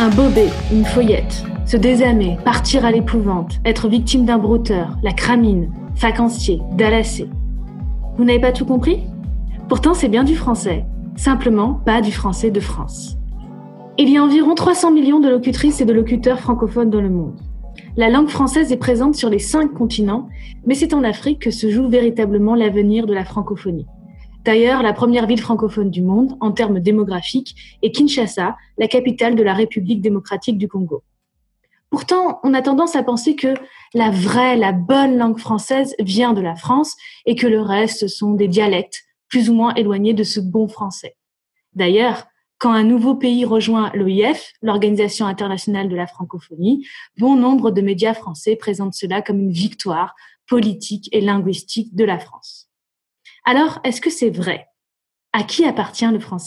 Un bobet, une feuillette, se désamer, partir à l'épouvante, être victime d'un brouteur, la cramine, facancier, dalassé. Vous n'avez pas tout compris ? Pourtant, c'est bien du français, simplement pas du français de France. Il y a environ 300 millions de locutrices et de locuteurs francophones dans le monde. La langue française est présente sur les 5 continents, mais c'est en Afrique que se joue véritablement l'avenir de la francophonie. D'ailleurs, la première ville francophone du monde, en termes démographiques, est Kinshasa, la capitale de la République démocratique du Congo. Pourtant, on a tendance à penser que la bonne langue française vient de la France et que le reste sont des dialectes, plus ou moins éloignés de ce bon français. D'ailleurs, quand un nouveau pays rejoint l'OIF, l'Organisation internationale de la francophonie, bon nombre de médias français présentent cela comme une victoire politique et linguistique de la France. Alors, est-ce que c'est vrai ? À qui appartient le français ?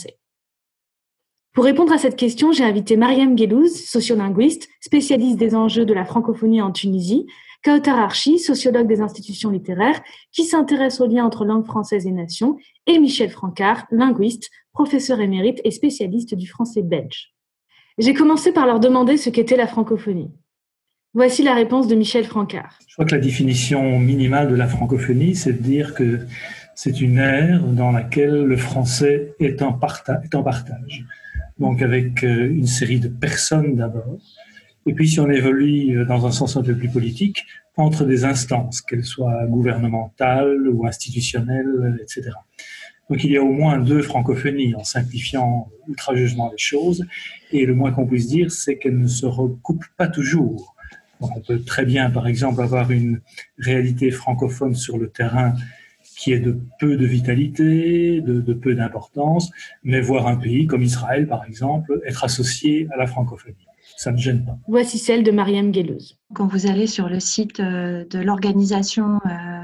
Pour répondre à cette question, j'ai invité Mariam Guellouz, sociolinguiste, spécialiste des enjeux de la francophonie en Tunisie, Kautar Archi, sociologue des institutions littéraires, qui s'intéresse aux liens entre langue française et nation, et Michel Francard, linguiste, professeur émérite et spécialiste du français belge. J'ai commencé par leur demander ce qu'était la francophonie. Voici la réponse de Michel Francard. Je crois que la définition minimale de la francophonie, c'est de dire que c'est une ère dans laquelle le français est en partage. Donc avec une série de personnes d'abord. Et puis si on évolue dans un sens un peu plus politique, entre des instances, qu'elles soient gouvernementales ou institutionnelles, etc. Donc il y a au moins 2 francophonies, en simplifiant outrageusement les choses. Et le moins qu'on puisse dire, c'est qu'elles ne se recoupent pas toujours. Donc on peut très bien, par exemple, avoir une réalité francophone sur le terrain qui est de peu de vitalité, de peu d'importance, mais voir un pays comme Israël, par exemple, être associé à la francophonie. Ça ne gêne pas. Voici celle de Mariam Guellouz. Quand vous allez sur le site de l'Organisation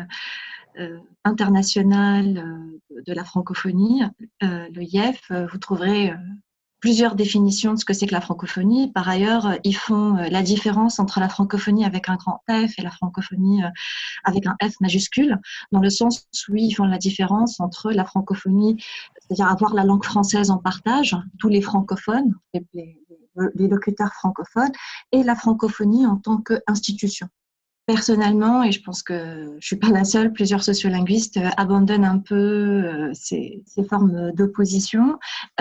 internationale de la francophonie, l'OIF, vous trouverez plusieurs définitions de ce que c'est que la francophonie. Par ailleurs, ils font la différence entre la francophonie avec un grand F et la francophonie avec un F majuscule, dans le sens où ils font la différence entre la francophonie, c'est-à-dire avoir la langue française en partage, tous les francophones, les locuteurs francophones, et la francophonie en tant qu'institution. Personnellement, et je pense que je ne suis pas la seule, plusieurs sociolinguistes abandonnent un peu ces formes d'opposition.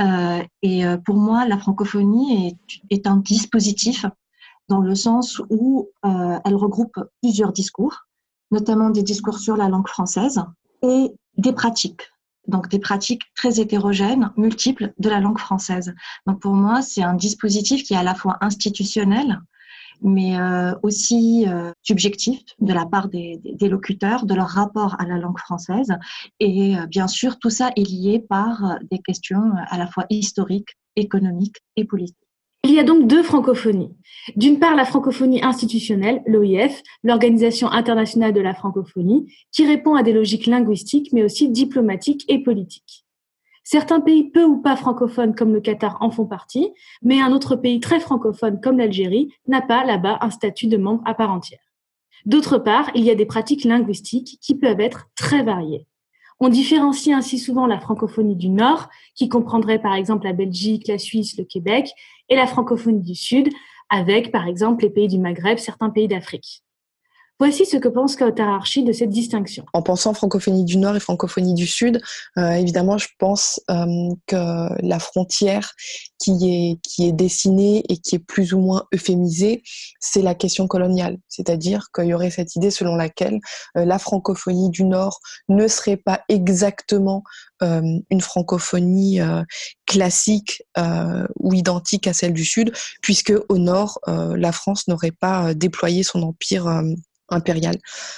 Et pour moi, la francophonie est un dispositif dans le sens où elle regroupe plusieurs discours, notamment des discours sur la langue française et des pratiques. Donc des pratiques très hétérogènes, multiples de la langue française. Donc pour moi, c'est un dispositif qui est à la fois institutionnel, mais aussi subjectif de la part des locuteurs, de leur rapport à la langue française. Et bien sûr, tout ça est lié par des questions à la fois historiques, économiques et politiques. Il y a donc 2 francophonies. D'une part, la francophonie institutionnelle, l'OIF, l'Organisation internationale de la francophonie, qui répond à des logiques linguistiques, mais aussi diplomatiques et politiques. Certains pays peu ou pas francophones comme le Qatar en font partie, mais un autre pays très francophone comme l'Algérie n'a pas là-bas un statut de membre à part entière. D'autre part, il y a des pratiques linguistiques qui peuvent être très variées. On différencie ainsi souvent la francophonie du Nord, qui comprendrait par exemple la Belgique, la Suisse, le Québec, et la francophonie du Sud, avec par exemple les pays du Maghreb, certains pays d'Afrique. Voici ce que pense Kautar Archi de cette distinction. En pensant francophonie du Nord et francophonie du Sud, évidemment, je pense que la frontière qui est dessinée et qui est plus ou moins euphémisée, c'est la question coloniale. C'est-à-dire qu'il y aurait cette idée selon laquelle la francophonie du Nord ne serait pas exactement une francophonie classique ou identique à celle du Sud, puisque au Nord, la France n'aurait pas déployé son empire impériale.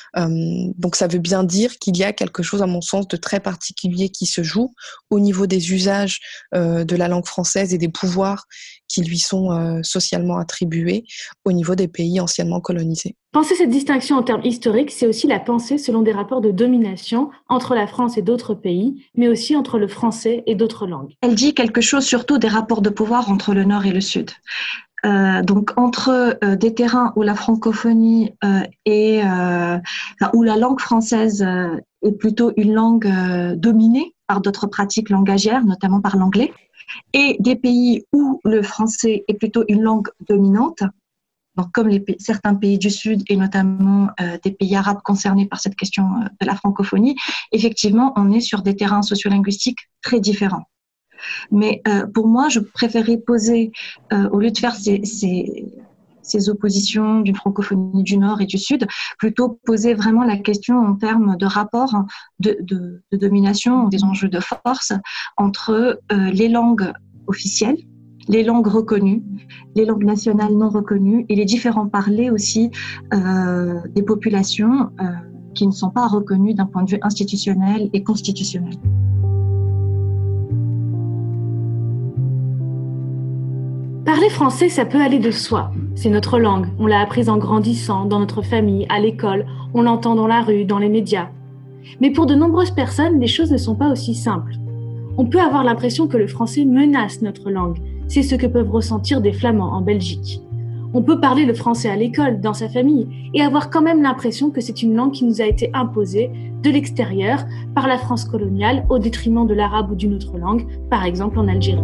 Donc ça veut bien dire qu'il y a quelque chose, à mon sens, de très particulier qui se joue au niveau des usages de la langue française et des pouvoirs qui lui sont socialement attribués au niveau des pays anciennement colonisés. Penser cette distinction en termes historiques, c'est aussi la pensée selon des rapports de domination entre la France et d'autres pays, mais aussi entre le français et d'autres langues. Elle dit quelque chose surtout des rapports de pouvoir entre le Nord et le Sud. Donc entre des terrains où la francophonie où la langue française est plutôt une langue dominée par d'autres pratiques langagières, notamment par l'anglais, et des pays où le français est plutôt une langue dominante, donc comme certains pays du Sud et notamment des pays arabes concernés par cette question de la francophonie, effectivement, on est sur des terrains sociolinguistiques très différents. Mais pour moi, je préférais poser, au lieu de faire ces oppositions d'une francophonie du Nord et du Sud, plutôt poser vraiment la question en termes de rapport de domination, des enjeux de force entre les langues officielles, les langues reconnues, les langues nationales non reconnues et les différents parlers aussi des populations qui ne sont pas reconnues d'un point de vue institutionnel et constitutionnel. Parler français, ça peut aller de soi. C'est notre langue. On l'a apprise en grandissant, dans notre famille, à l'école. On l'entend dans la rue, dans les médias. Mais pour de nombreuses personnes, les choses ne sont pas aussi simples. On peut avoir l'impression que le français menace notre langue. C'est ce que peuvent ressentir des Flamands en Belgique. On peut parler le français à l'école, dans sa famille, et avoir quand même l'impression que c'est une langue qui nous a été imposée de l'extérieur par la France coloniale au détriment de l'arabe ou d'une autre langue, par exemple en Algérie.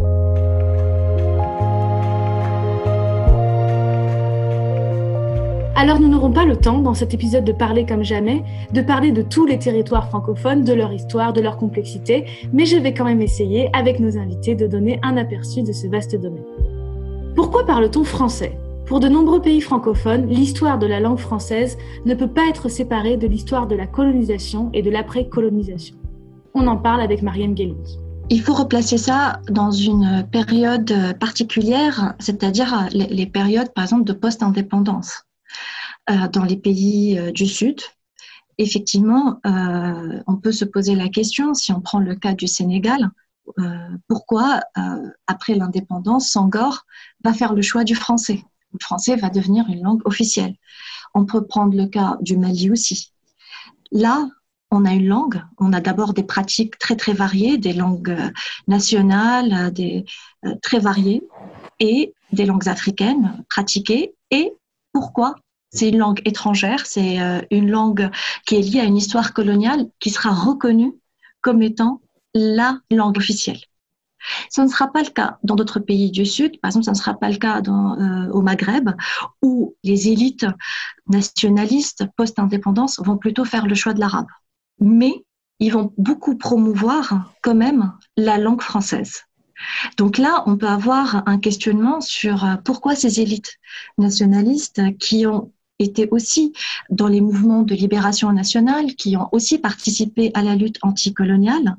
Alors nous n'aurons pas le temps, dans cet épisode de Parler comme jamais, de parler de tous les territoires francophones, de leur histoire, de leur complexité, mais je vais quand même essayer, avec nos invités, de donner un aperçu de ce vaste domaine. Pourquoi parle-t-on français ? Pour de nombreux pays francophones, l'histoire de la langue française ne peut pas être séparée de l'histoire de la colonisation et de l'après-colonisation. On en parle avec Mariam Guélouz. Il faut replacer ça dans une période particulière, c'est-à-dire les périodes, par exemple, de post-indépendance. Dans les pays du Sud, effectivement, on peut se poser la question, si on prend le cas du Sénégal, pourquoi, après l'indépendance, Senghor va faire le choix du français. Le français va devenir une langue officielle. On peut prendre le cas du Mali aussi. Là, on a une langue, on a d'abord des pratiques très très variées, des langues nationales, très variées, et des langues africaines pratiquées. Et pourquoi ? C'est une langue étrangère, c'est une langue qui est liée à une histoire coloniale qui sera reconnue comme étant la langue officielle. Ce ne sera pas le cas dans d'autres pays du Sud, par exemple, ce ne sera pas le cas au Maghreb, où les élites nationalistes post-indépendance vont plutôt faire le choix de l'arabe. Mais ils vont beaucoup promouvoir quand même la langue française. Donc là, on peut avoir un questionnement sur pourquoi ces élites nationalistes qui ont été aussi dans les mouvements de libération nationale, qui ont aussi participé à la lutte anticoloniale,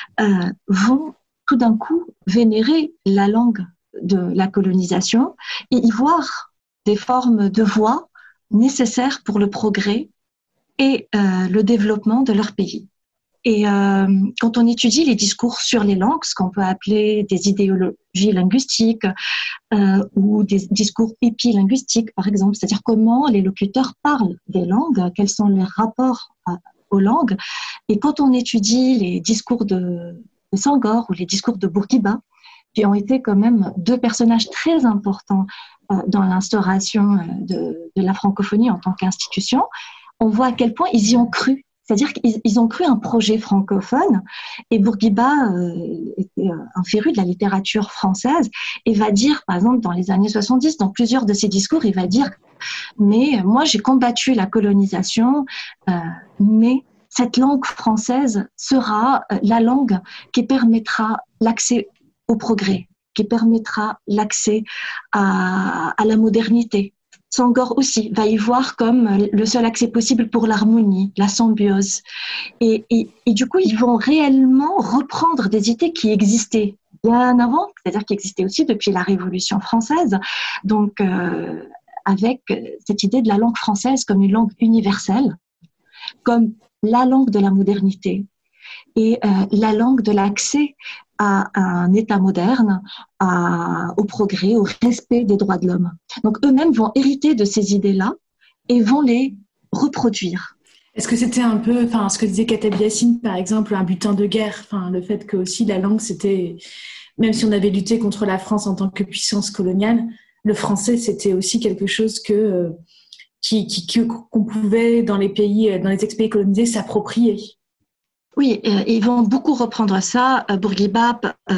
vont tout d'un coup vénérer la langue de la colonisation et y voir des formes de voix nécessaires pour le progrès et le développement de leur pays. Et quand on étudie les discours sur les langues, ce qu'on peut appeler des idéologies linguistiques ou des discours épilinguistiques, par exemple, c'est-à-dire comment les locuteurs parlent des langues, quels sont les rapports aux langues. Et quand on étudie les discours de Senghor ou les discours de Bourguiba, qui ont été quand même deux personnages très importants dans l'instauration de la francophonie en tant qu'institution, on voit à quel point ils y ont cru. C'est-à-dire qu'ils ont cru un projet francophone et Bourguiba était un féru de la littérature française et va dire, par exemple, dans les années 70, dans plusieurs de ses discours, il va dire « Mais moi, j'ai combattu la colonisation, mais cette langue française sera la langue qui permettra l'accès au progrès, qui permettra l'accès à la modernité. » Senghor aussi va y voir comme le seul accès possible pour l'harmonie, la symbiose. Et du coup, ils vont réellement reprendre des idées qui existaient bien avant, c'est-à-dire qui existaient aussi depuis la Révolution française. Donc, avec cette idée de la langue française comme une langue universelle, comme la langue de la modernité et la langue de l'accès à un État moderne, au progrès, au respect des droits de l'homme. Donc eux-mêmes vont hériter de ces idées-là et vont les reproduire. Est-ce que c'était un peu, ce que disait Kateb Yassine, par exemple, un butin de guerre, le fait que aussi la langue, c'était, même si on avait lutté contre la France en tant que puissance coloniale, le français, c'était aussi quelque chose qu'on pouvait dans les ex-pays colonisés s'approprier. Oui, ils vont beaucoup reprendre ça. Bourguiba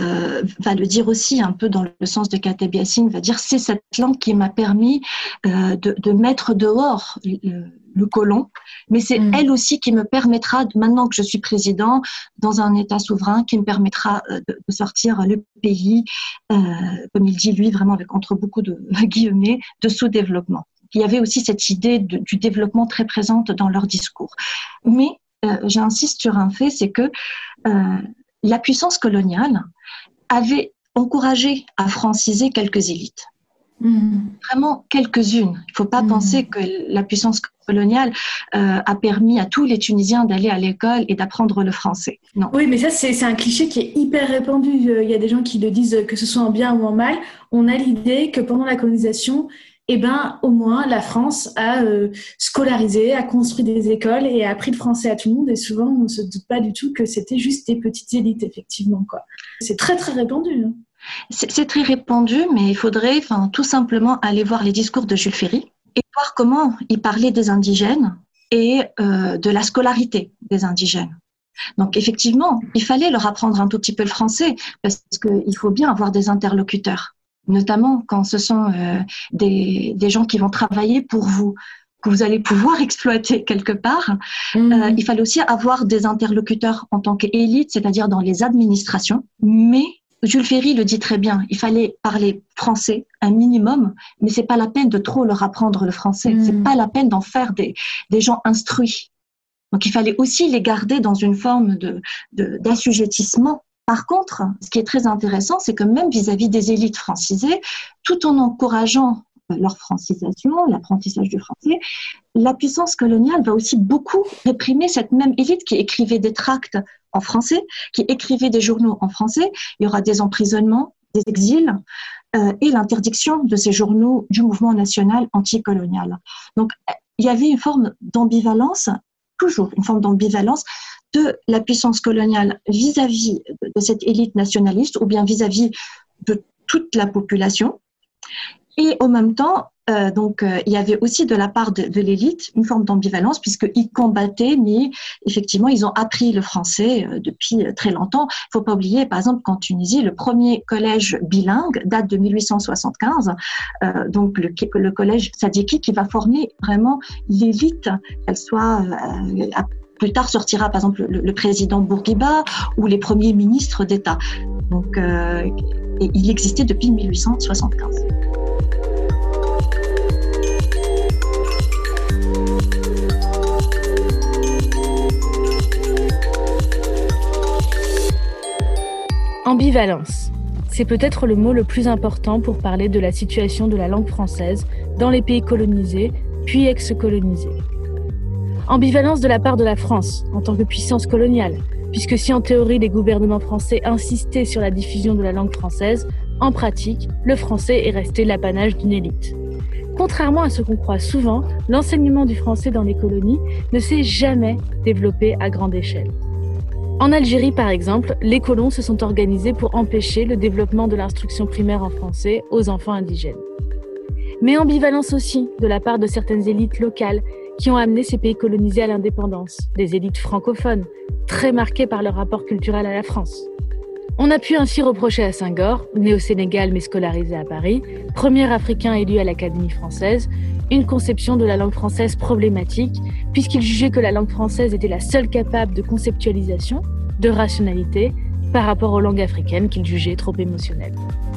va le dire aussi un peu dans le sens de Kateb Yassine, va dire c'est cette langue qui m'a permis de mettre dehors le colon, mais c'est elle aussi qui me permettra, maintenant que je suis président dans un État souverain, qui me permettra de sortir le pays, comme il dit lui, vraiment avec entre beaucoup de guillemets, de sous-développement. Il y avait aussi cette idée du développement très présente dans leur discours. Mais j'insiste sur un fait, c'est que la puissance coloniale avait encouragé à franciser quelques élites. Vraiment quelques-unes. Il ne faut pas penser que la puissance coloniale a permis à tous les Tunisiens d'aller à l'école et d'apprendre le français. Non. Oui, mais ça, c'est un cliché qui est hyper répandu. Il y a des gens qui le disent, que ce soit en bien ou en mal. On a l'idée que pendant la colonisation, au moins, la France a scolarisé, a construit des écoles et a appris le français à tout le monde. Et souvent, on ne se doute pas du tout que c'était juste des petites élites, effectivement, quoi. C'est très, très répandu. C'est très répandu, mais il faudrait tout simplement aller voir les discours de Jules Ferry et voir comment il parlait des indigènes et de la scolarité des indigènes. Donc, effectivement, il fallait leur apprendre un tout petit peu le français parce qu'il faut bien avoir des interlocuteurs, notamment quand ce sont des gens qui vont travailler pour vous, que vous allez pouvoir exploiter quelque part. Il fallait aussi avoir des interlocuteurs en tant qu'élite, c'est-à-dire dans les administrations. Mais Jules Ferry le dit très bien, il fallait parler français un minimum, mais c'est pas la peine de trop leur apprendre le français. C'est pas la peine d'en faire des gens instruits. Donc il fallait aussi les garder dans une forme d'assujettissement. Par contre, ce qui est très intéressant, c'est que même vis-à-vis des élites francisées, tout en encourageant leur francisation, l'apprentissage du français, la puissance coloniale va aussi beaucoup réprimer cette même élite qui écrivait des tracts en français, qui écrivait des journaux en français. Il y aura des emprisonnements, des exils et l'interdiction de ces journaux du mouvement national anticolonial. Donc, il y avait une forme d'ambivalence, toujours une forme d'ambivalence de la puissance coloniale vis-à-vis de cette élite nationaliste ou bien vis-à-vis de toute la population. Et en même temps, il y avait aussi de la part de l'élite une forme d'ambivalence puisqu'ils combattaient, mais effectivement, ils ont appris le français depuis très longtemps. Il ne faut pas oublier, par exemple, qu'en Tunisie, le premier collège bilingue date de 1875, donc le collège Sadiki qui va former vraiment l'élite, qu'elle soit... plus tard sortira, par exemple, le président Bourguiba ou les premiers ministres d'État. Donc, et il existait depuis 1875. Ambivalence. C'est peut-être le mot le plus important pour parler de la situation de la langue française dans les pays colonisés, puis ex-colonisés. Ambivalence de la part de la France, en tant que puissance coloniale, puisque si en théorie les gouvernements français insistaient sur la diffusion de la langue française, en pratique, le français est resté l'apanage d'une élite. Contrairement à ce qu'on croit souvent, l'enseignement du français dans les colonies ne s'est jamais développé à grande échelle. En Algérie, par exemple, les colons se sont organisés pour empêcher le développement de l'instruction primaire en français aux enfants indigènes. Mais ambivalence aussi de la part de certaines élites locales qui ont amené ces pays colonisés à l'indépendance, des élites francophones, très marquées par leur rapport culturel à la France. On a pu ainsi reprocher à Senghor, né au Sénégal mais scolarisé à Paris, premier Africain élu à l'Académie française, une conception de la langue française problématique, puisqu'il jugeait que la langue française était la seule capable de conceptualisation, de rationalité, par rapport aux langues africaines qu'il jugeait trop émotionnelles.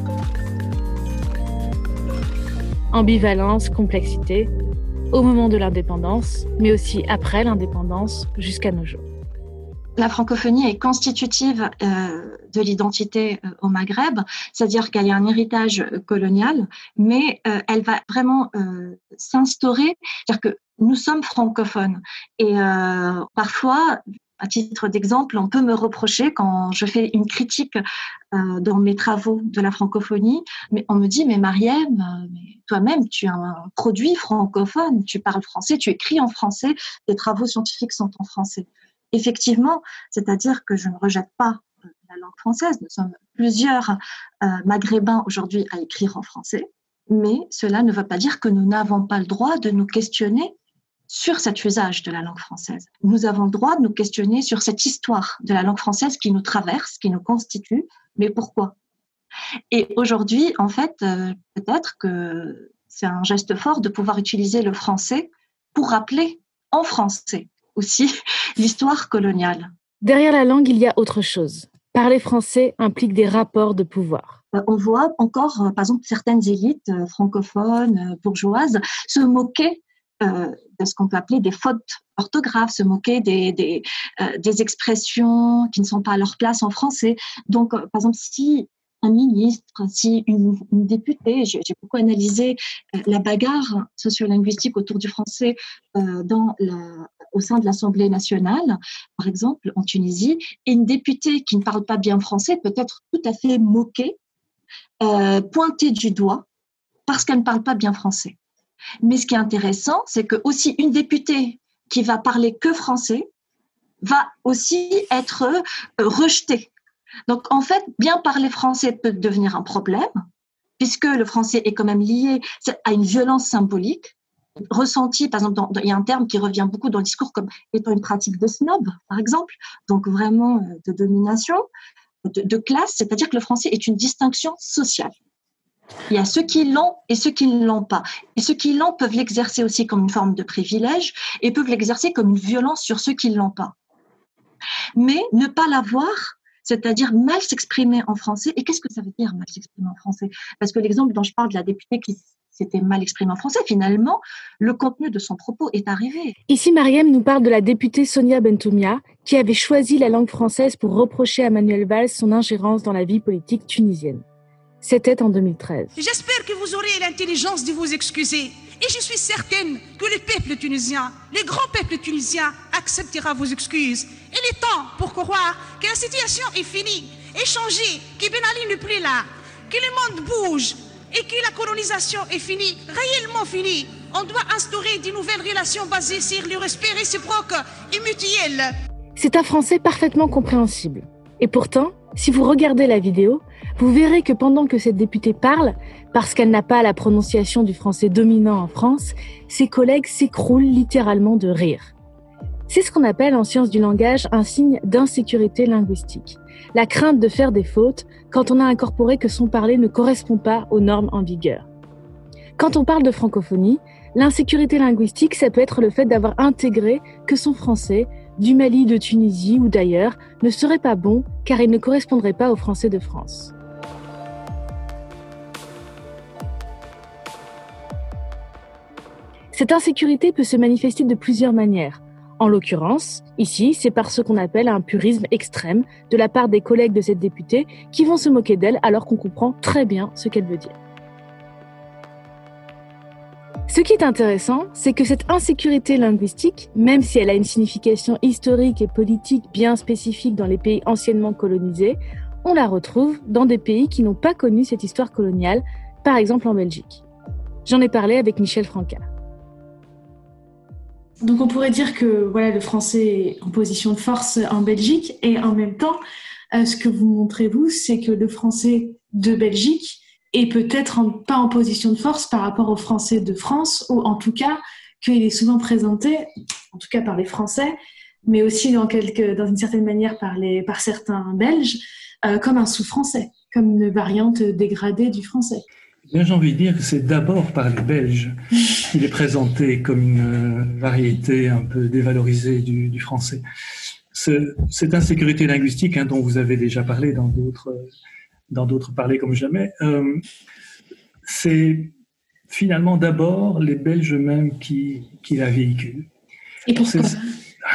Ambivalence, complexité, au moment de l'indépendance, mais aussi après l'indépendance, jusqu'à nos jours. La francophonie est constitutive de l'identité au Maghreb, c'est-à-dire qu'elle a un héritage colonial, mais elle va vraiment s'instaurer, c'est-à-dire que nous sommes francophones. Et parfois, à titre d'exemple, on peut me reprocher quand je fais une critique dans mes travaux de la francophonie, mais on me dit, mais Marième, toi-même, tu es un produit francophone, tu parles français, tu écris en français, tes travaux scientifiques sont en français. Effectivement, c'est-à-dire que je ne rejette pas la langue française. Nous sommes plusieurs maghrébins aujourd'hui à écrire en français. Mais cela ne veut pas dire que nous n'avons pas le droit de nous questionner sur cet usage de la langue française. Nous avons le droit de nous questionner sur cette histoire de la langue française qui nous traverse, qui nous constitue, mais pourquoi ? Et aujourd'hui, en fait, peut-être que c'est un geste fort de pouvoir utiliser le français pour rappeler en français aussi l'histoire coloniale. Derrière la langue, il y a autre chose. Parler français implique des rapports de pouvoir. On voit encore, par exemple, certaines élites francophones, bourgeoises, se moquer de ce qu'on peut appeler des fautes orthographes, se moquer des expressions qui ne sont pas à leur place en français. Donc, par exemple, si un ministre, si une députée, j'ai beaucoup analysé la bagarre sociolinguistique autour du français au sein de l'Assemblée nationale, par exemple, en Tunisie, et une députée qui ne parle pas bien français peut être tout à fait moquée, pointée du doigt, parce qu'elle ne parle pas bien français. Mais ce qui est intéressant, c'est que aussi une députée qui va parler que français va aussi être rejetée. Donc, en fait, bien parler français peut devenir un problème, puisque le français est quand même lié à une violence symbolique, ressentie, par exemple, il y a un terme qui revient beaucoup dans le discours comme étant une pratique de snob, par exemple, donc vraiment de domination, de classe, c'est-à-dire que le français est une distinction sociale. Il y a ceux qui l'ont et ceux qui ne l'ont pas. Et ceux qui l'ont peuvent l'exercer aussi comme une forme de privilège et peuvent l'exercer comme une violence sur ceux qui ne l'ont pas. Mais ne pas l'avoir, c'est-à-dire mal s'exprimer en français. Et qu'est-ce que ça veut dire mal s'exprimer en français ? Parce que l'exemple dont je parle de la députée qui s'était mal exprimée en français, finalement, le contenu de son propos est arrivé. Ici, Mariam nous parle de la députée Sonia Bentoumia, qui avait choisi la langue française pour reprocher à Manuel Valls son ingérence dans la vie politique tunisienne. C'était en 2013. J'espère que vous aurez l'intelligence de vous excuser. Et je suis certaine que le peuple tunisien, le grand peuple tunisien, acceptera vos excuses. Il est temps pour croire que la situation est finie, est changée, que Ben Ali n'est plus là, que le monde bouge et que la colonisation est finie, réellement finie. On doit instaurer de nouvelles relations basées sur le respect réciproque et mutuel. C'est un français parfaitement compréhensible. Et pourtant, si vous regardez la vidéo, vous verrez que pendant que cette députée parle, parce qu'elle n'a pas la prononciation du français dominant en France, ses collègues s'écroulent littéralement de rire. C'est ce qu'on appelle en sciences du langage un signe d'insécurité linguistique. La crainte de faire des fautes quand on a incorporé que son parler ne correspond pas aux normes en vigueur. Quand on parle de francophonie, l'insécurité linguistique, ça peut être le fait d'avoir intégré que son français, du Mali, de Tunisie ou d'ailleurs, ne serait pas bon car il ne correspondrait pas au français de France. Cette insécurité peut se manifester de plusieurs manières. En l'occurrence, ici, c'est par ce qu'on appelle un purisme extrême de la part des collègues de cette députée qui vont se moquer d'elle alors qu'on comprend très bien ce qu'elle veut dire. Ce qui est intéressant, c'est que cette insécurité linguistique, même si elle a une signification historique et politique bien spécifique dans les pays anciennement colonisés, on la retrouve dans des pays qui n'ont pas connu cette histoire coloniale, par exemple en Belgique. J'en ai parlé avec Michel Francard. Donc on pourrait dire que voilà, le français est en position de force en Belgique et en même temps, ce que vous montrez vous, c'est que le français de Belgique est peut-être pas en position de force par rapport au français de France, ou en tout cas qu'il est souvent présenté, en tout cas par les Français, mais aussi dans une certaine manière par certains Belges, comme un sous-français, comme une variante dégradée du français. Bien, j'ai envie de dire que c'est d'abord par les Belges qu'il est présenté comme une variété un peu dévalorisée du français. Cette insécurité linguistique dont vous avez déjà parlé dans d'autres parlers comme jamais, c'est finalement d'abord les Belges eux-mêmes qui la véhiculent. Et pourquoi ? Pourquoi ?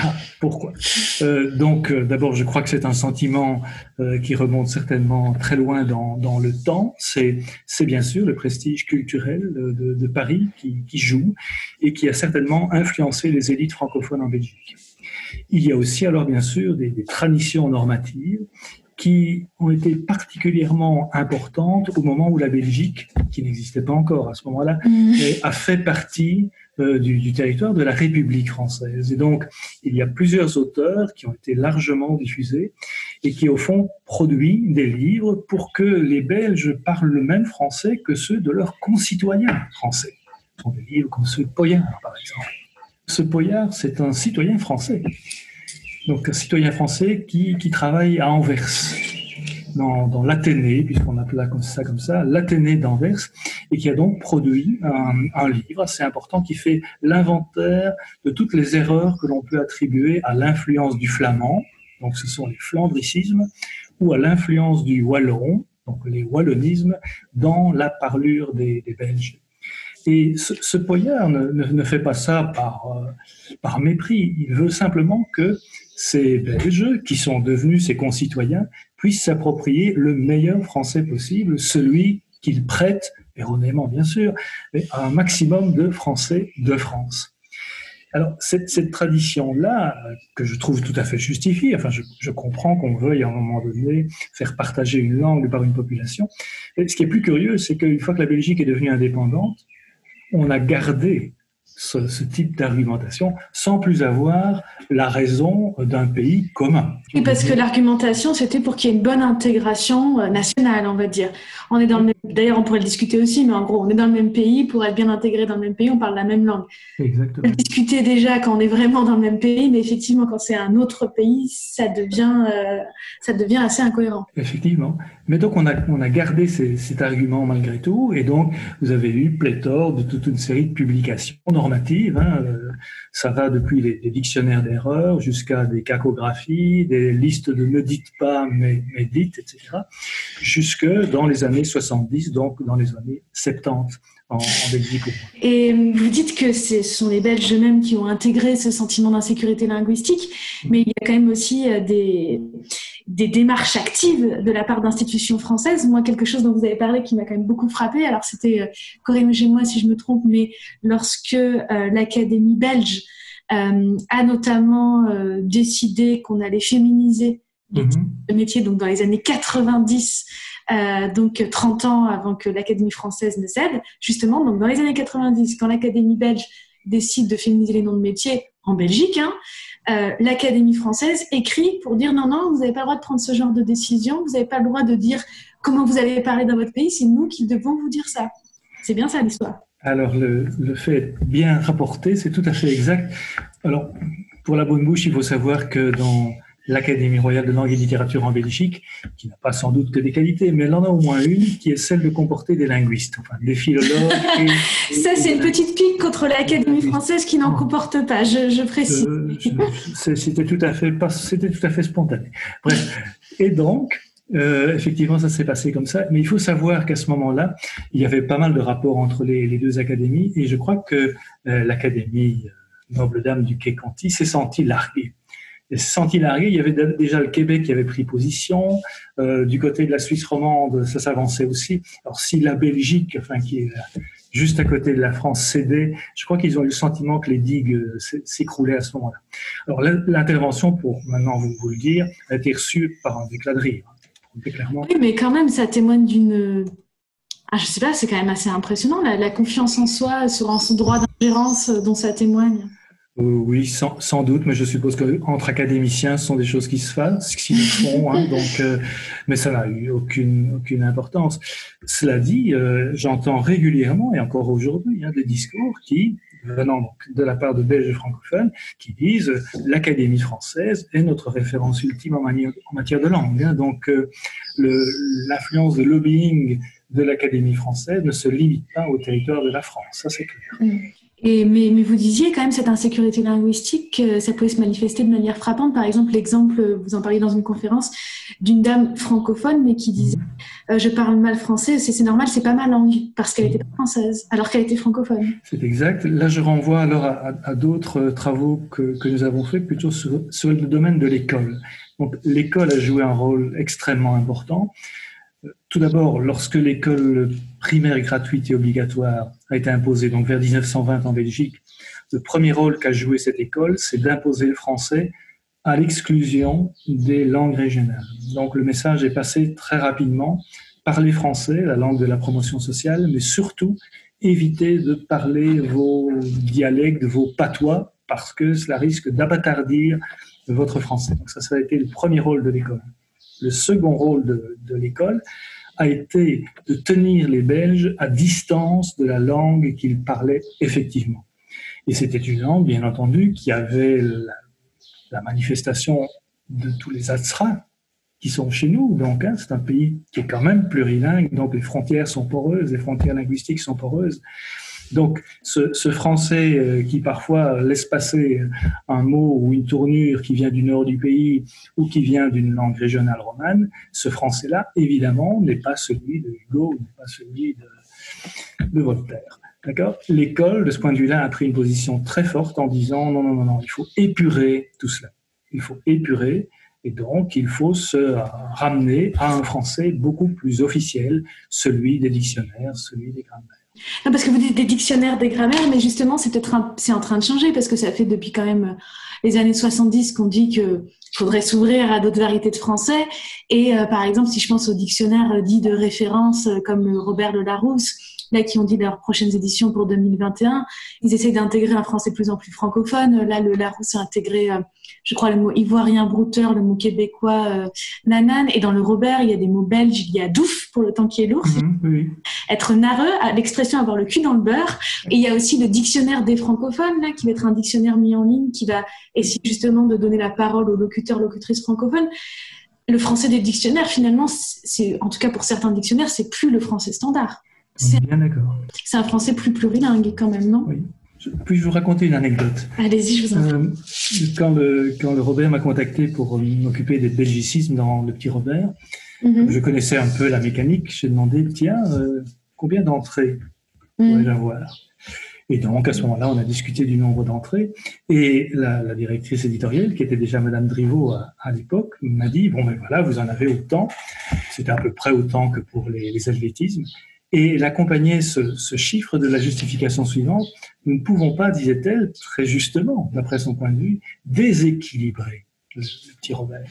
D'abord, je crois que c'est un sentiment qui remonte certainement très loin dans le temps. C'est bien sûr le prestige culturel de Paris qui joue et qui a certainement influencé les élites francophones en Belgique. Il y a aussi alors bien sûr des traditions normatives qui ont été particulièrement importantes au moment où la Belgique, qui n'existait pas encore à ce moment-là, a fait partie du territoire de la République française. Et donc, il y a plusieurs auteurs qui ont été largement diffusés et qui, au fond, produisent des livres pour que les Belges parlent le même français que ceux de leurs concitoyens français. Ce sont des livres comme ceux de Poyard, par exemple. Ce Poyard, c'est un citoyen français. Donc, un citoyen français qui travaille à Anvers, dans l'Athénée, puisqu'on appelle ça comme ça, l'Athénée d'Anvers, et qui a donc produit un livre assez important qui fait l'inventaire de toutes les erreurs que l'on peut attribuer à l'influence du flamand, donc ce sont les flandricismes, ou à l'influence du wallon, donc les wallonismes, dans la parlure des Belges. Et ce Poyard ne fait pas ça par mépris. Il veut simplement que ces Belges, qui sont devenus ses concitoyens, puissent s'approprier le meilleur français possible, celui qu'ils prêtent, erronément bien sûr, mais à un maximum de Français de France. Alors, cette tradition-là, que je trouve tout à fait justifiée, enfin, je comprends qu'on veuille à un moment donné faire partager une langue par une population. Et ce qui est plus curieux, c'est qu'une fois que la Belgique est devenue indépendante, on a gardé ce type d'argumentation sans plus avoir la raison d'un pays commun. Oui, parce que l'argumentation, c'était pour qu'il y ait une bonne intégration nationale, on va dire. On est dans le même... D'ailleurs, on pourrait le discuter aussi, mais en gros, on est dans le même pays. Pour être bien intégré dans le même pays, on parle la même langue. Exactement. On peut le discuter déjà quand on est vraiment dans le même pays, mais effectivement, quand c'est un autre pays, ça devient assez incohérent. Effectivement. Mais donc, on a gardé cet argument malgré tout, et donc, vous avez eu pléthore de toute une série de publications normatives. Ça va depuis les dictionnaires d'erreurs jusqu'à des cacographies, des listes de ne dites pas, mais dites, etc., jusque dans les années 70, donc dans les années 70 en Belgique. Et vous dites que ce sont les Belges eux-mêmes qui ont intégré ce sentiment d'insécurité linguistique, mais il y a quand même aussi des démarches actives de la part d'institutions françaises. Moi, quelque chose dont vous avez parlé qui m'a quand même beaucoup frappée, alors c'était, corrigez-moi si je me trompe, mais lorsque l'Académie belge a notamment décidé qu'on allait féminiser le métier, donc dans les années 90, donc 30 ans avant que l'Académie française ne cède, justement, donc dans les années 90, quand l'Académie belge décide de féminiser les noms de métiers en Belgique, l'Académie française écrit pour dire non, vous n'avez pas le droit de prendre ce genre de décision, vous n'avez pas le droit de dire comment vous allez parler dans votre pays, c'est nous qui devons vous dire ça. C'est bien ça l'histoire. Alors, le fait est bien rapporté, c'est tout à fait exact. Alors, pour la bonne bouche, il faut savoir que dans l'Académie royale de langue et littérature en Belgique, qui n'a pas sans doute que des qualités, mais elle en a au moins une, qui est celle de comporter des linguistes, enfin des philologues. Ça, c'est une petite pique contre l'Académie française qui n'en comporte pas, je précise. C'était tout à fait spontané. Bref, et donc, effectivement, ça s'est passé comme ça, mais il faut savoir qu'à ce moment-là, il y avait pas mal de rapports entre les deux académies, et je crois que l'Académie Noble Dame du Quai Conti s'est sentie larguée. Il y avait déjà le Québec qui avait pris position, du côté de la Suisse romande, ça s'avançait aussi. Alors si la Belgique, enfin qui est juste à côté de la France, cédait, je crois qu'ils ont eu le sentiment que les digues s'écroulaient à ce moment-là. Alors l'intervention, pour maintenant vous le dire, a été reçue par un éclat de rire, clairement. Oui, mais quand même, ça témoigne d'une... je sais pas, c'est quand même assez impressionnant, la confiance en soi, sur son droit d'ingérence dont ça témoigne. Oui, sans doute, mais je suppose qu'entre académiciens, ce sont des choses qui se font, donc, mais ça n'a eu aucune importance. Cela dit, j'entends régulièrement, et encore aujourd'hui, des discours qui, venant donc de la part de Belges francophones, qui disent l'Académie française est notre référence ultime en matière de langue. Donc, l'influence de lobbying de l'Académie française ne se limite pas au territoire de la France, ça c'est clair. Mais vous disiez quand même cette insécurité linguistique, ça pouvait se manifester de manière frappante. Par exemple, l'exemple, vous en parliez dans une conférence, d'une dame francophone, mais qui disait je parle mal français, c'est normal, c'est pas ma langue, parce qu'elle était pas française, alors qu'elle était francophone. C'est exact. Là, je renvoie alors à d'autres travaux que nous avons faits, plutôt sur le domaine de l'école. Donc, l'école a joué un rôle extrêmement important. Tout d'abord, lorsque l'école primaire gratuite et obligatoire a été imposée, donc vers 1920 en Belgique, le premier rôle qu'a joué cette école, c'est d'imposer le français à l'exclusion des langues régionales. Donc le message est passé très rapidement. Parler français, la langue de la promotion sociale, mais surtout évitez de parler vos dialectes, vos patois, parce que cela risque d'abattardir votre français. Donc ça a été le premier rôle de l'école. Le second rôle de l'école a été de tenir les Belges à distance de la langue qu'ils parlaient effectivement. Et c'était une langue, bien entendu, qui avait la manifestation de tous les Azra qui sont chez nous. Donc, c'est un pays qui est quand même plurilingue, donc les frontières sont poreuses, les frontières linguistiques sont poreuses. Donc, ce français qui parfois laisse passer un mot ou une tournure qui vient du nord du pays ou qui vient d'une langue régionale romane, ce français-là, évidemment, n'est pas celui de Hugo, n'est pas celui de Voltaire. D'accord ? L'école, de ce point de vue-là, a pris une position très forte en disant non, il faut épurer tout cela. Il faut épurer, et donc il faut se ramener à un français beaucoup plus officiel, celui des dictionnaires, celui des grammaires. Non, parce que vous dites des dictionnaires, des grammaires, mais justement, c'est en train de changer, parce que ça fait depuis quand même les années 70 qu'on dit qu'il faudrait s'ouvrir à d'autres variétés de français. Et par exemple, si je pense aux dictionnaires dits de référence, comme Robert Le Larousse, là, qui ont dit leurs prochaines éditions pour 2021, ils essayent d'intégrer un français de plus en plus francophone. Là, le Larousse a intégré, je crois, le mot ivoirien brouteur, le mot québécois nanane. Et dans le Robert, il y a des mots belges. Il y a douf pour le temps qui est lourd. Oui. Être narreux, l'expression avoir le cul dans le beurre. Et il y a aussi le dictionnaire des francophones, là, qui va être un dictionnaire mis en ligne, qui va essayer justement de donner la parole aux locuteurs, locutrices francophones. Le français des dictionnaires, finalement, en tout cas pour certains dictionnaires, c'est plus le français standard. Bien d'accord. C'est un français plus plurilingue quand même, non ? Oui. Puis-je vous raconter une anecdote ? Allez-y, je vous en prie. Quand le Robert m'a contacté pour m'occuper des belgicismes dans le petit Robert, je connaissais un peu la mécanique. J'ai demandé, tiens, combien d'entrées pourrais-je avoir ? Et donc, à ce moment-là, on a discuté du nombre d'entrées. Et la directrice éditoriale, qui était déjà Madame Driveau à l'époque, m'a dit, bon, ben voilà, vous en avez autant. C'était à peu près autant que pour les helvétismes. Et elle accompagnait ce chiffre de la justification suivante. Nous ne pouvons pas, disait-elle, très justement, d'après son point de vue, déséquilibrer le petit Robert.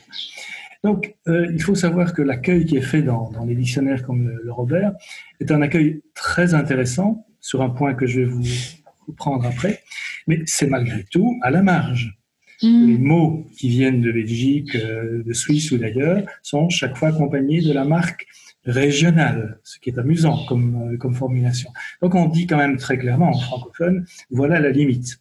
Donc, il faut savoir que l'accueil qui est fait dans les dictionnaires comme le Robert est un accueil très intéressant sur un point que je vais vous prendre après, mais c'est malgré tout à la marge. Les mots qui viennent de Belgique, de Suisse ou d'ailleurs sont chaque fois accompagnés de la marque régionale, ce qui est amusant comme formulation. Donc on dit quand même très clairement en francophone, voilà la limite.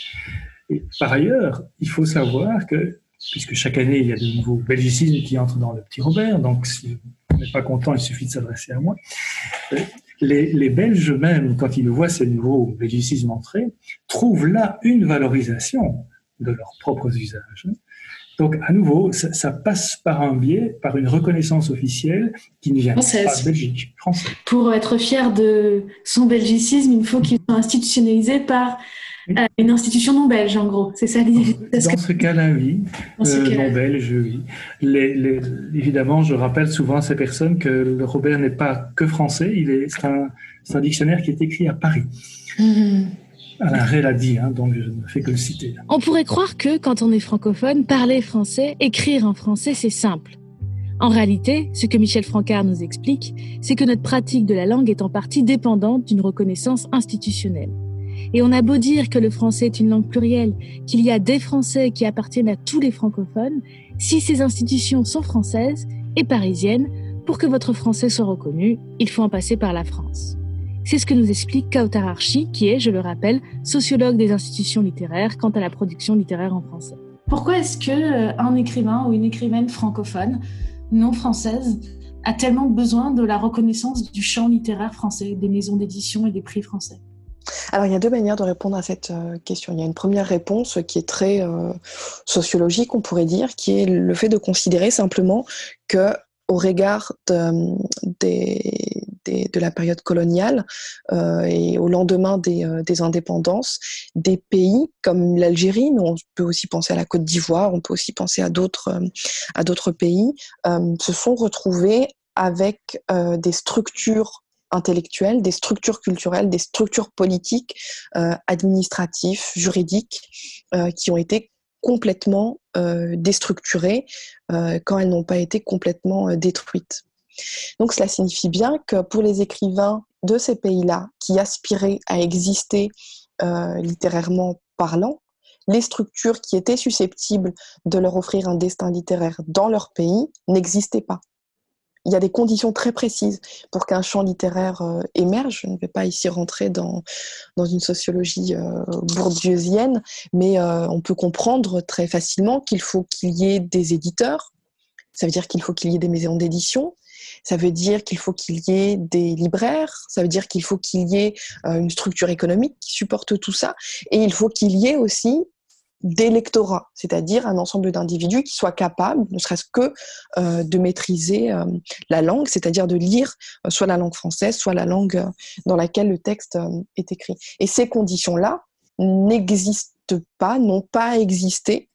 Et par ailleurs, il faut savoir que, puisque chaque année il y a de nouveaux belgicismes qui entrent dans le petit Robert, donc si on n'est pas content, il suffit de s'adresser à moi. Les Belges eux-mêmes, quand ils voient ces nouveaux belgicismes entrer, trouvent là une valorisation de leurs propres usages. Donc, à nouveau, ça passe par un biais, par une reconnaissance officielle qui ne vient pas de Belgique, français. Pour être fier de son belgicisme, il faut qu'il soit institutionnalisé par une institution non belge, en gros. C'est ça l'idée. Dans ce cas-là, oui. Non belge, oui. Évidemment, je rappelle souvent à ces personnes que le Robert n'est pas que français. C'est un dictionnaire qui est écrit à Paris. Alain Rey l'a dit, donc je ne fais que le citer. On pourrait croire que, quand on est francophone, parler français, écrire en français, c'est simple. En réalité, ce que Michel Francard nous explique, c'est que notre pratique de la langue est en partie dépendante d'une reconnaissance institutionnelle. Et on a beau dire que le français est une langue plurielle, qu'il y a des Français qui appartiennent à tous les francophones, si ces institutions sont françaises et parisiennes, pour que votre français soit reconnu, il faut en passer par la France. C'est ce que nous explique Kautar Archi, qui est, je le rappelle, sociologue des institutions littéraires quant à la production littéraire en français. Pourquoi est-ce qu'un écrivain ou une écrivaine francophone, non française, a tellement besoin de la reconnaissance du champ littéraire français, des maisons d'édition et des prix français ? Alors, il y a deux manières de répondre à cette question. Il y a une première réponse qui est très sociologique, on pourrait dire, qui est le fait de considérer simplement que, au regard de la période coloniale et au lendemain des indépendances, des pays comme l'Algérie, mais on peut aussi penser à la Côte d'Ivoire, on peut aussi penser à d'autres pays, se sont retrouvés avec des structures intellectuelles, des structures culturelles, des structures politiques, administratives, juridiques, qui ont été complètement déstructurées quand elles n'ont pas été complètement détruites. Donc cela signifie bien que pour les écrivains de ces pays-là qui aspiraient à exister littérairement parlant, les structures qui étaient susceptibles de leur offrir un destin littéraire dans leur pays n'existaient pas. Il y a des conditions très précises pour qu'un champ littéraire émerge. Je ne vais pas ici rentrer dans une sociologie bourdieusienne, mais on peut comprendre très facilement qu'il faut qu'il y ait des éditeurs, ça veut dire qu'il faut qu'il y ait des maisons d'édition, ça veut dire qu'il faut qu'il y ait des libraires, ça veut dire qu'il faut qu'il y ait une structure économique qui supporte tout ça, et il faut qu'il y ait aussi des lectorats, c'est-à-dire un ensemble d'individus qui soient capables, ne serait-ce que de maîtriser la langue, c'est-à-dire de lire soit la langue française, soit la langue dans laquelle le texte est écrit. Et ces conditions-là n'existent pas, n'ont pas existé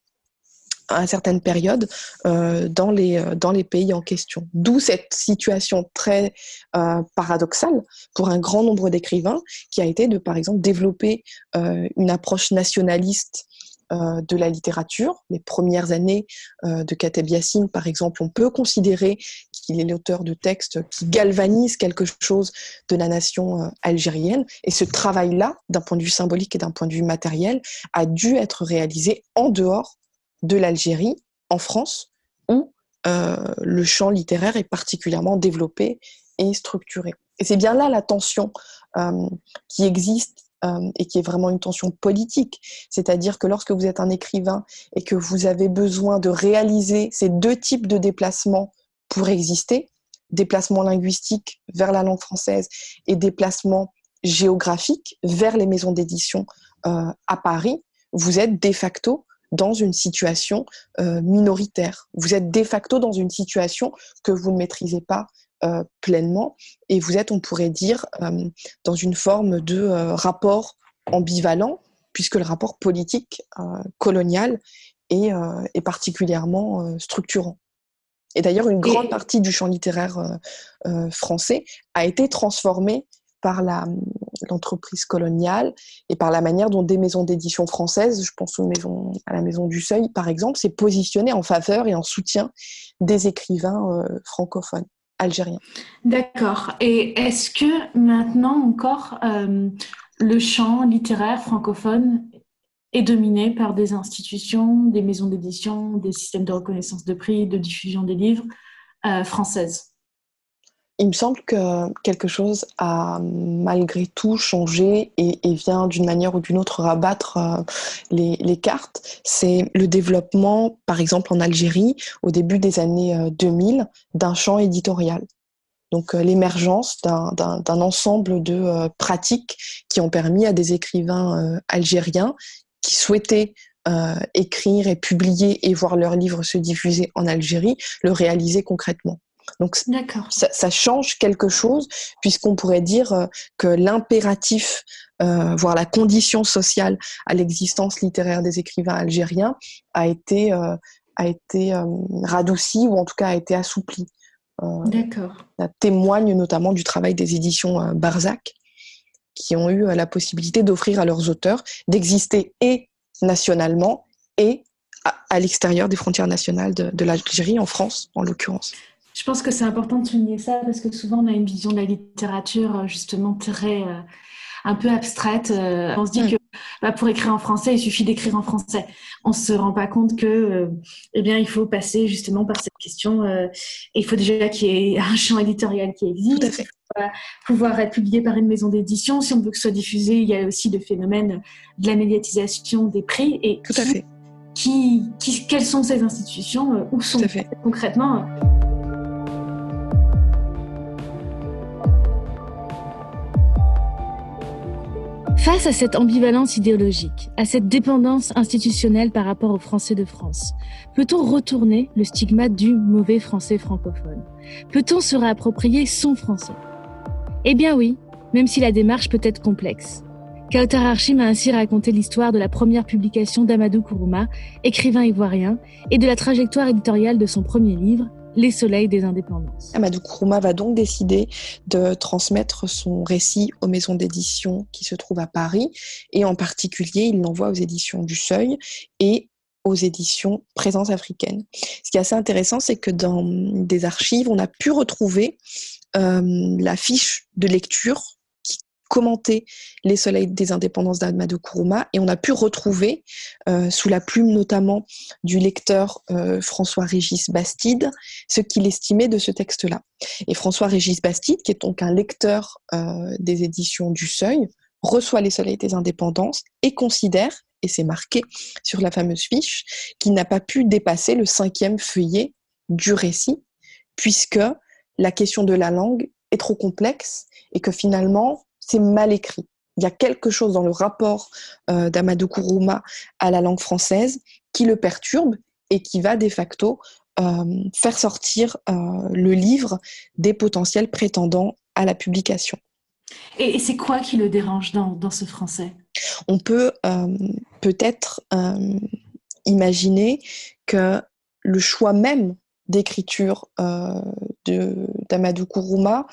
à certaines périodes dans les pays en question. D'où cette situation très paradoxale pour un grand nombre d'écrivains qui a été de, par exemple, développer une approche nationaliste de la littérature. Les premières années de Kateb Yassine, par exemple, on peut considérer qu'il est l'auteur de textes qui galvanisent quelque chose de la nation algérienne. Et ce travail-là, d'un point de vue symbolique et d'un point de vue matériel, a dû être réalisé en dehors de l'Algérie, en France, où le champ littéraire est particulièrement développé et structuré. Et c'est bien là la tension qui existe et qui est vraiment une tension politique. C'est-à-dire que lorsque vous êtes un écrivain et que vous avez besoin de réaliser ces deux types de déplacements pour exister, déplacements linguistiques vers la langue française et déplacements géographiques vers les maisons d'édition à Paris, vous êtes de facto dans une situation minoritaire. Vous êtes de facto dans une situation que vous ne maîtrisez pas pleinement, et vous êtes, on pourrait dire, dans une forme de rapport ambivalent, puisque le rapport politique colonial est particulièrement structurant. Et d'ailleurs, une grande partie du champ littéraire français a été transformée par l'entreprise coloniale et par la manière dont des maisons d'édition françaises, je pense à la Maison du Seuil par exemple, s'est positionnée en faveur et en soutien des écrivains francophones algériens. D'accord. Et est-ce que maintenant encore le champ littéraire francophone est dominé par des institutions, des maisons d'édition, des systèmes de reconnaissance de prix, de diffusion des livres françaises ? Il me semble que quelque chose a malgré tout changé et vient d'une manière ou d'une autre rabattre les cartes. C'est le développement, par exemple en Algérie, au début des années 2000, d'un champ éditorial. Donc l'émergence d'un ensemble de pratiques qui ont permis à des écrivains algériens qui souhaitaient écrire et publier et voir leurs livres se diffuser en Algérie, le réaliser concrètement. Donc ça change quelque chose, puisqu'on pourrait dire que l'impératif, voire la condition sociale à l'existence littéraire des écrivains algériens a été radouci, ou en tout cas a été assoupli. D'accord. Ça témoigne notamment du travail des éditions Barzac, qui ont eu la possibilité d'offrir à leurs auteurs d'exister et nationalement et à l'extérieur des frontières nationales de l'Algérie, en France en l'occurrence. Je pense que c'est important de souligner ça parce que souvent on a une vision de la littérature justement très un peu abstraite. On se dit que pour écrire en français, il suffit d'écrire en français. On se rend pas compte que il faut passer justement par cette question. Et il faut déjà qu'il y ait un champ éditorial qui existe. Tout à fait. Pouvoir être publié par une maison d'édition. Si on veut que ce soit diffusé, il y a aussi le phénomène de la médiatisation des prix. Et tout à fait. Quelles sont ces institutions ? Où sont concrètement Face à cette ambivalence idéologique, à cette dépendance institutionnelle par rapport aux Français de France, peut-on retourner le stigmate du mauvais français francophone ? Peut-on se réapproprier son français ? Eh bien oui, même si la démarche peut être complexe. Kauthar Archi m'a ainsi raconté l'histoire de la première publication d'Amadou Kourouma, écrivain ivoirien, et de la trajectoire éditoriale de son premier livre, Les Soleils des Indépendances. Amadou Kourouma va donc décider de transmettre son récit aux maisons d'édition qui se trouvent à Paris, et en particulier, il l'envoie aux éditions du Seuil et aux éditions Présence africaine. Ce qui est assez intéressant, c'est que dans des archives, on a pu retrouver la fiche de lecture qui commentait les soleils des indépendances d'Amadou Kourouma, et on a pu retrouver, sous la plume notamment du lecteur François-Régis Bastide, ce qu'il estimait de ce texte-là. Et François-Régis Bastide, qui est donc un lecteur des éditions du Seuil, reçoit les soleils des indépendances et considère, et c'est marqué sur la fameuse fiche, qu'il n'a pas pu dépasser le 5e feuillet du récit, puisque la question de la langue est trop complexe et que finalement, c'est mal écrit. Il y a quelque chose dans le rapport d'Amadou Kourouma à la langue française qui le perturbe et qui va de facto faire sortir le livre des potentiels prétendants à la publication. Et c'est quoi qui le dérange dans ce français ? On peut peut-être imaginer que le choix même d'écriture d'Amadou Kourouma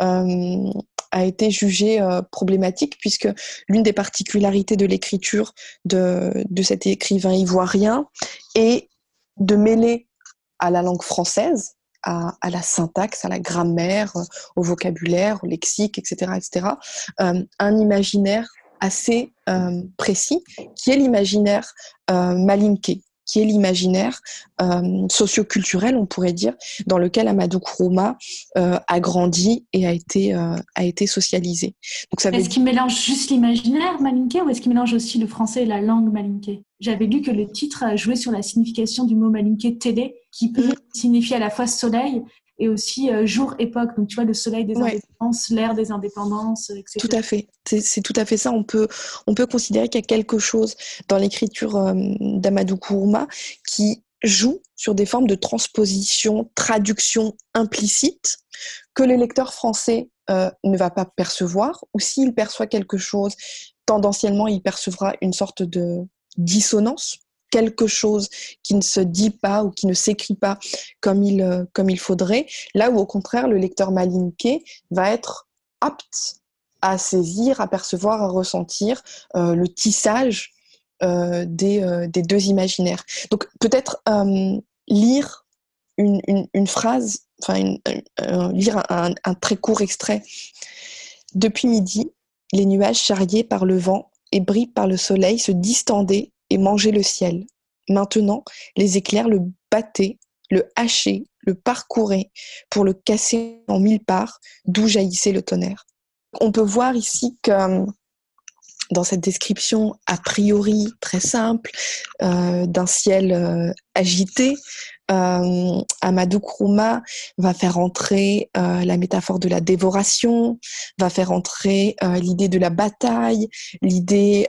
a été jugé problématique, puisque l'une des particularités de l'écriture de cet écrivain ivoirien est de mêler à la langue française, à la syntaxe, à la grammaire, au vocabulaire, au lexique, etc., un imaginaire assez précis, qui est l'imaginaire malinké, qui est l'imaginaire socioculturel, on pourrait dire, dans lequel Amadou Kourouma a grandi et a été socialisé. Donc, ça est-ce qu'il mélange juste l'imaginaire malinké, ou est-ce qu'il mélange aussi le français et la langue malinké ? J'avais lu que le titre jouait sur la signification du mot malinké télé, qui peut signifier à la fois soleil et aussi jour, époque. Donc, tu vois, le soleil des indépendances, l'ère des indépendances, etc. Tout à fait. C'est tout à fait ça. On peut considérer qu'il y a quelque chose dans l'écriture d'Amadou Kourouma qui joue sur des formes de transposition, traduction implicite que le lecteur français ne va pas percevoir, ou s'il perçoit quelque chose, tendanciellement, il percevra une sorte de dissonance, quelque chose qui ne se dit pas ou qui ne s'écrit pas comme il faudrait, là où au contraire le lecteur malinké va être apte à saisir, à percevoir, à ressentir le tissage des deux imaginaires. Donc peut-être lire une phrase, lire un très court extrait. Depuis midi, les nuages charriés par le vent et brillés par le soleil se distendaient et mangeaient le ciel. Maintenant, les éclairs le battaient, le hachaient, le parcouraient pour le casser en 1000 parts, d'où jaillissait le tonnerre. On peut voir ici que dans cette description a priori très simple d'un ciel agité, Amadou Kourouma va faire entrer la métaphore de la dévoration, va faire entrer l'idée de la bataille, l'idée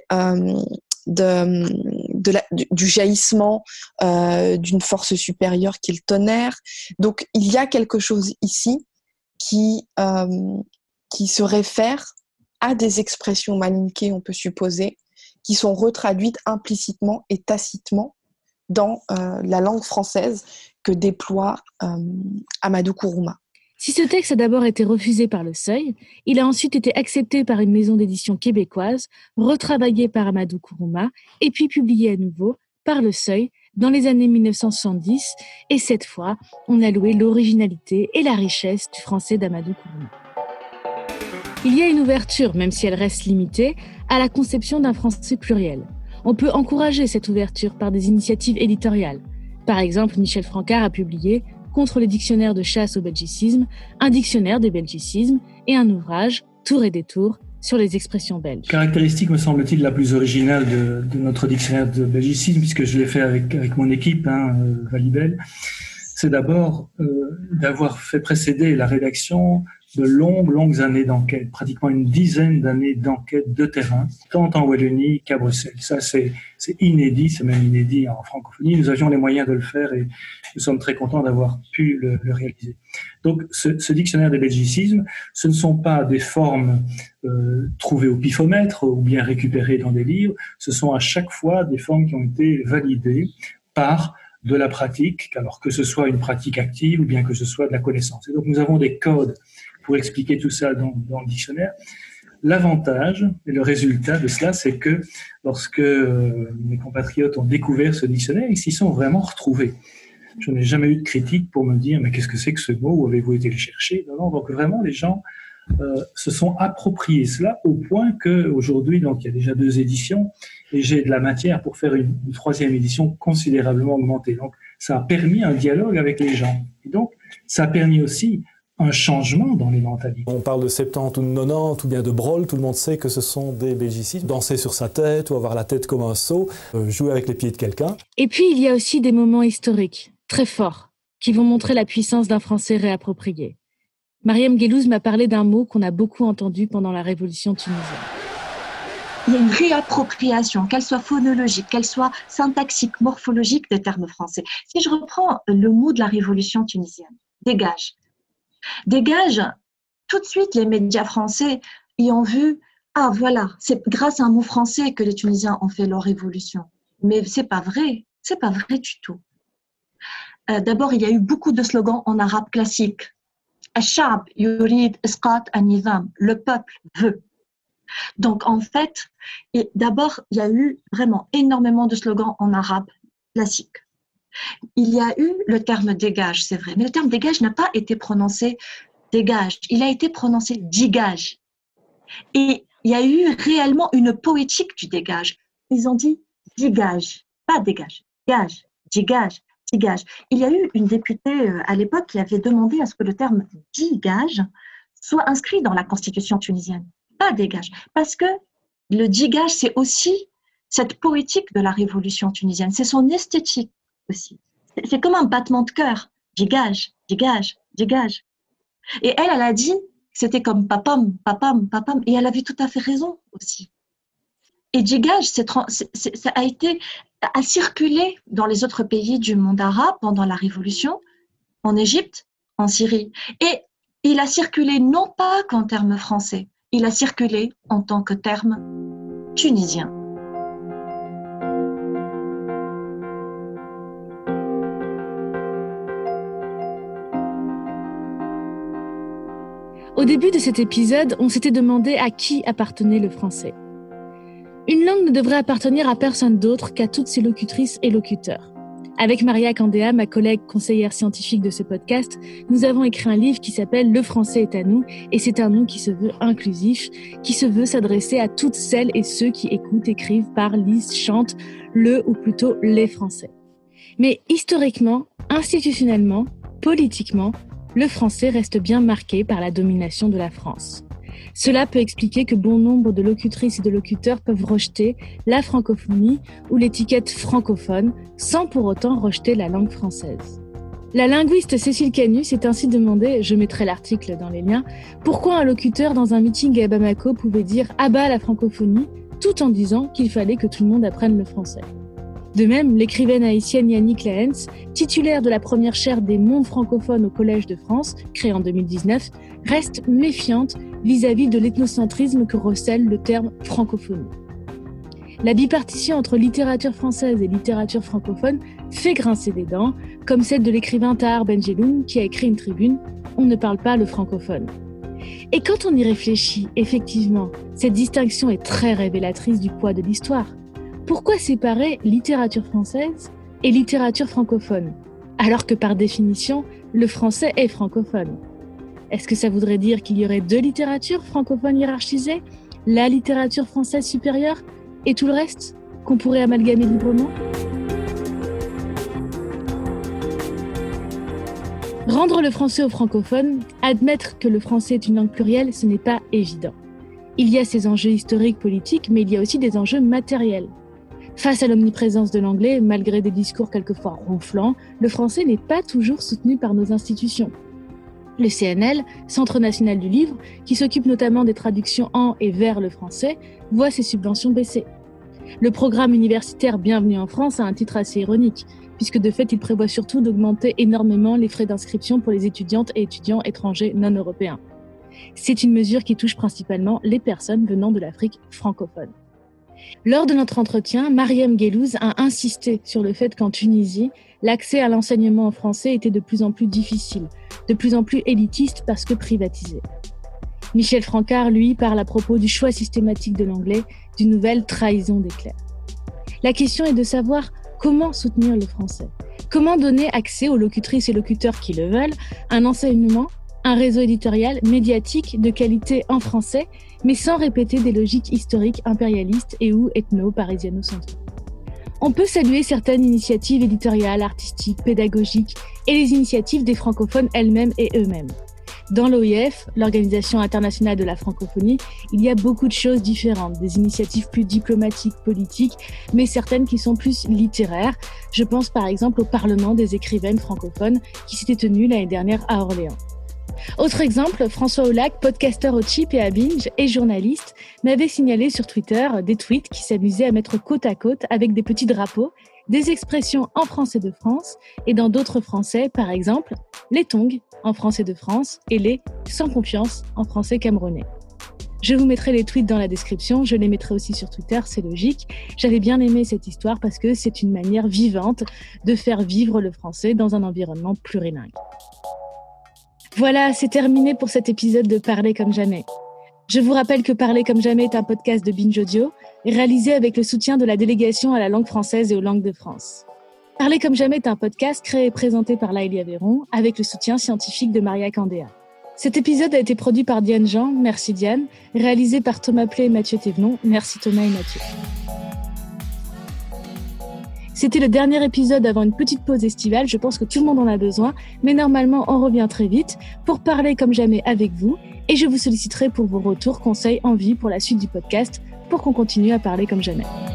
du jaillissement d'une force supérieure qui est le tonnerre. Donc il y a quelque chose ici qui se réfère à des expressions malinké, on peut supposer, qui sont retraduites implicitement et tacitement dans la langue française que déploie Amadou Kourouma. Si ce texte a d'abord été refusé par le Seuil, il a ensuite été accepté par une maison d'édition québécoise, retravaillé par Amadou Kourouma et puis publié à nouveau par le Seuil dans les années 1970. Et cette fois, on a loué l'originalité et la richesse du français d'Amadou Kourouma. Il y a une ouverture, même si elle reste limitée, à la conception d'un français pluriel. On peut encourager cette ouverture par des initiatives éditoriales. Par exemple, Michel Francard a publié Contre le dictionnaire de chasse au belgicisme, un dictionnaire des belgicismes et un ouvrage, Tour et détour, sur les expressions belges. Caractéristique, me semble-t-il, la plus originale de notre dictionnaire de belgicisme, puisque je l'ai fait avec mon équipe, Valibel, c'est d'abord d'avoir fait précéder la rédaction de longues années d'enquête, pratiquement une dizaine d'années d'enquête de terrain, tant en Wallonie qu'à Bruxelles. Ça, c'est inédit, c'est même inédit en francophonie. Nous avions les moyens de le faire et nous sommes très contents d'avoir pu le réaliser. Donc, ce dictionnaire des belgicismes, ce ne sont pas des formes trouvées au pifomètre ou bien récupérées dans des livres, ce sont à chaque fois des formes qui ont été validées par de la pratique, alors que ce soit une pratique active ou bien que ce soit de la connaissance. Et donc, nous avons des codes pour expliquer tout ça dans le dictionnaire. L'avantage et le résultat de cela, c'est que lorsque mes compatriotes ont découvert ce dictionnaire, ils s'y sont vraiment retrouvés. Je n'ai jamais eu de critique pour me dire « mais qu'est-ce que c'est que ce mot, où avez-vous été le chercher ?» Non, donc vraiment, les gens se sont appropriés cela au point qu'aujourd'hui, donc il y a déjà 2 éditions et j'ai de la matière pour faire une 3e édition considérablement augmentée. Donc ça a permis un dialogue avec les gens. Et donc ça a permis aussi un changement dans les mentalités. On parle de 70 ou de 90 ou bien de Brol, tout le monde sait que ce sont des belgicides. Danser sur sa tête ou avoir la tête comme un seau, jouer avec les pieds de quelqu'un. Et puis il y a aussi des moments historiques, très forts, qui vont montrer la puissance d'un français réapproprié. Mariam Guellouz m'a parlé d'un mot qu'on a beaucoup entendu pendant la Révolution tunisienne. Il y a une réappropriation, qu'elle soit phonologique, qu'elle soit syntaxique, morphologique des termes français. Si je reprends le mot de la Révolution tunisienne, dégage. Dégage, tout de suite les médias français y ont vu « Ah voilà, c'est grâce à un mot français que les Tunisiens ont fait leur révolution ». Mais c'est pas vrai du tout. D'abord, il y a eu beaucoup de slogans en arabe classique. Al-Sha'b yurid isqat an-nizam, le peuple veut. Donc en fait, d'abord, il y a eu vraiment énormément de slogans en arabe classique. Il y a eu le terme dégage, c'est vrai, mais le terme dégage n'a pas été prononcé dégage, il a été prononcé digage. Et il y a eu réellement une poétique du dégage. Ils ont dit digage, pas dégage, gage, digage. Il y a eu une députée à l'époque qui avait demandé à ce que le terme digage soit inscrit dans la constitution tunisienne, pas dégage, parce que le digage, c'est aussi cette poétique de la révolution tunisienne, c'est son esthétique aussi. C'est comme un battement de cœur, digage. Et elle a dit que c'était comme papam, et elle avait tout à fait raison aussi. Et digage, ça a circulé dans les autres pays du monde arabe pendant la Révolution, en Égypte, en Syrie. Et il a circulé non pas qu'en termes français, il a circulé en tant que terme tunisien. Au début de cet épisode, on s'était demandé à qui appartenait le français. Une langue ne devrait appartenir à personne d'autre qu'à toutes ses locutrices et locuteurs. Avec Maria Candéa, ma collègue conseillère scientifique de ce podcast, nous avons écrit un livre qui s'appelle « Le français est à nous » et c'est un nom qui se veut inclusif, qui se veut s'adresser à toutes celles et ceux qui écoutent, écrivent, parlent, lisent, chantent le ou plutôt les Français. Mais historiquement, institutionnellement, politiquement, le français reste bien marqué par la domination de la France. Cela peut expliquer que bon nombre de locutrices et de locuteurs peuvent rejeter la francophonie ou l'étiquette francophone sans pour autant rejeter la langue française. La linguiste Cécile Canu s'est ainsi demandé, je mettrai l'article dans les liens, pourquoi un locuteur dans un meeting à Bamako pouvait dire « à bas la francophonie » tout en disant qu'il fallait que tout le monde apprenne le français. De même, l'écrivaine haïtienne Yannick Lahens, titulaire de la première chaire des mondes francophones au Collège de France, créée en 2019, reste méfiante vis-à-vis de l'ethnocentrisme que recèle le terme francophonie. La bipartition entre littérature française et littérature francophone fait grincer des dents, comme celle de l'écrivain Tahar Benjeloun qui a écrit une tribune « On ne parle pas le francophone ». Et quand on y réfléchit, effectivement, cette distinction est très révélatrice du poids de l'histoire. Pourquoi séparer littérature française et littérature francophone, alors que par définition, le français est francophone ? Est-ce que ça voudrait dire qu'il y aurait 2 littératures francophones hiérarchisées, la littérature française supérieure et tout le reste, qu'on pourrait amalgamer librement ? Rendre le français aux francophones, admettre que le français est une langue plurielle, ce n'est pas évident. Il y a ces enjeux historiques, politiques, mais il y a aussi des enjeux matériels. Face à l'omniprésence de l'anglais, malgré des discours quelquefois ronflants, le français n'est pas toujours soutenu par nos institutions. Le CNL, Centre national du livre, qui s'occupe notamment des traductions en et vers le français, voit ses subventions baisser. Le programme universitaire Bienvenue en France a un titre assez ironique, puisque de fait il prévoit surtout d'augmenter énormément les frais d'inscription pour les étudiantes et étudiants étrangers non européens. C'est une mesure qui touche principalement les personnes venant de l'Afrique francophone. Lors de notre entretien, Mariam Guellouz a insisté sur le fait qu'en Tunisie, l'accès à l'enseignement en français était de plus en plus difficile, de plus en plus élitiste parce que privatisé. Michel Francard, lui, parle à propos du choix systématique de l'anglais, d'une nouvelle trahison des clercs. La question est de savoir comment soutenir le français ? Comment donner accès aux locutrices et locuteurs qui le veulent à un enseignement, un réseau éditorial, médiatique de qualité en français, mais sans répéter des logiques historiques impérialistes et ou ethno-parisiano-centrées. On peut saluer certaines initiatives éditoriales, artistiques, pédagogiques et les initiatives des francophones elles-mêmes et eux-mêmes. Dans l'OIF, l'Organisation internationale de la francophonie, il y a beaucoup de choses différentes, des initiatives plus diplomatiques, politiques, mais certaines qui sont plus littéraires. Je pense par exemple au Parlement des écrivaines francophones qui s'était tenu l'année dernière à Orléans. Autre exemple, François Aulac, podcasteur au Chip et à Binge et journaliste, m'avait signalé sur Twitter des tweets qui s'amusaient à mettre côte à côte avec des petits drapeaux, des expressions en français de France et dans d'autres français, par exemple, les tongs en français de France et les sans confiance en français camerounais. Je vous mettrai les tweets dans la description, je les mettrai aussi sur Twitter, c'est logique. J'avais bien aimé cette histoire parce que c'est une manière vivante de faire vivre le français dans un environnement plurilingue. Voilà, c'est terminé pour cet épisode de Parler comme jamais. Je vous rappelle que Parler comme jamais est un podcast de Binge Audio, réalisé avec le soutien de la délégation à la langue française et aux langues de France. Parler comme jamais est un podcast créé et présenté par Laëlia Véron, avec le soutien scientifique de Maria Candéa. Cet épisode a été produit par Diane Jean, merci Diane, réalisé par Thomas Play et Mathieu Thévenon, merci Thomas et Mathieu. C'était le dernier épisode avant une petite pause estivale, je pense que tout le monde en a besoin, mais normalement on revient très vite pour parler comme jamais avec vous et je vous solliciterai pour vos retours, conseils, envies pour la suite du podcast pour qu'on continue à parler comme jamais.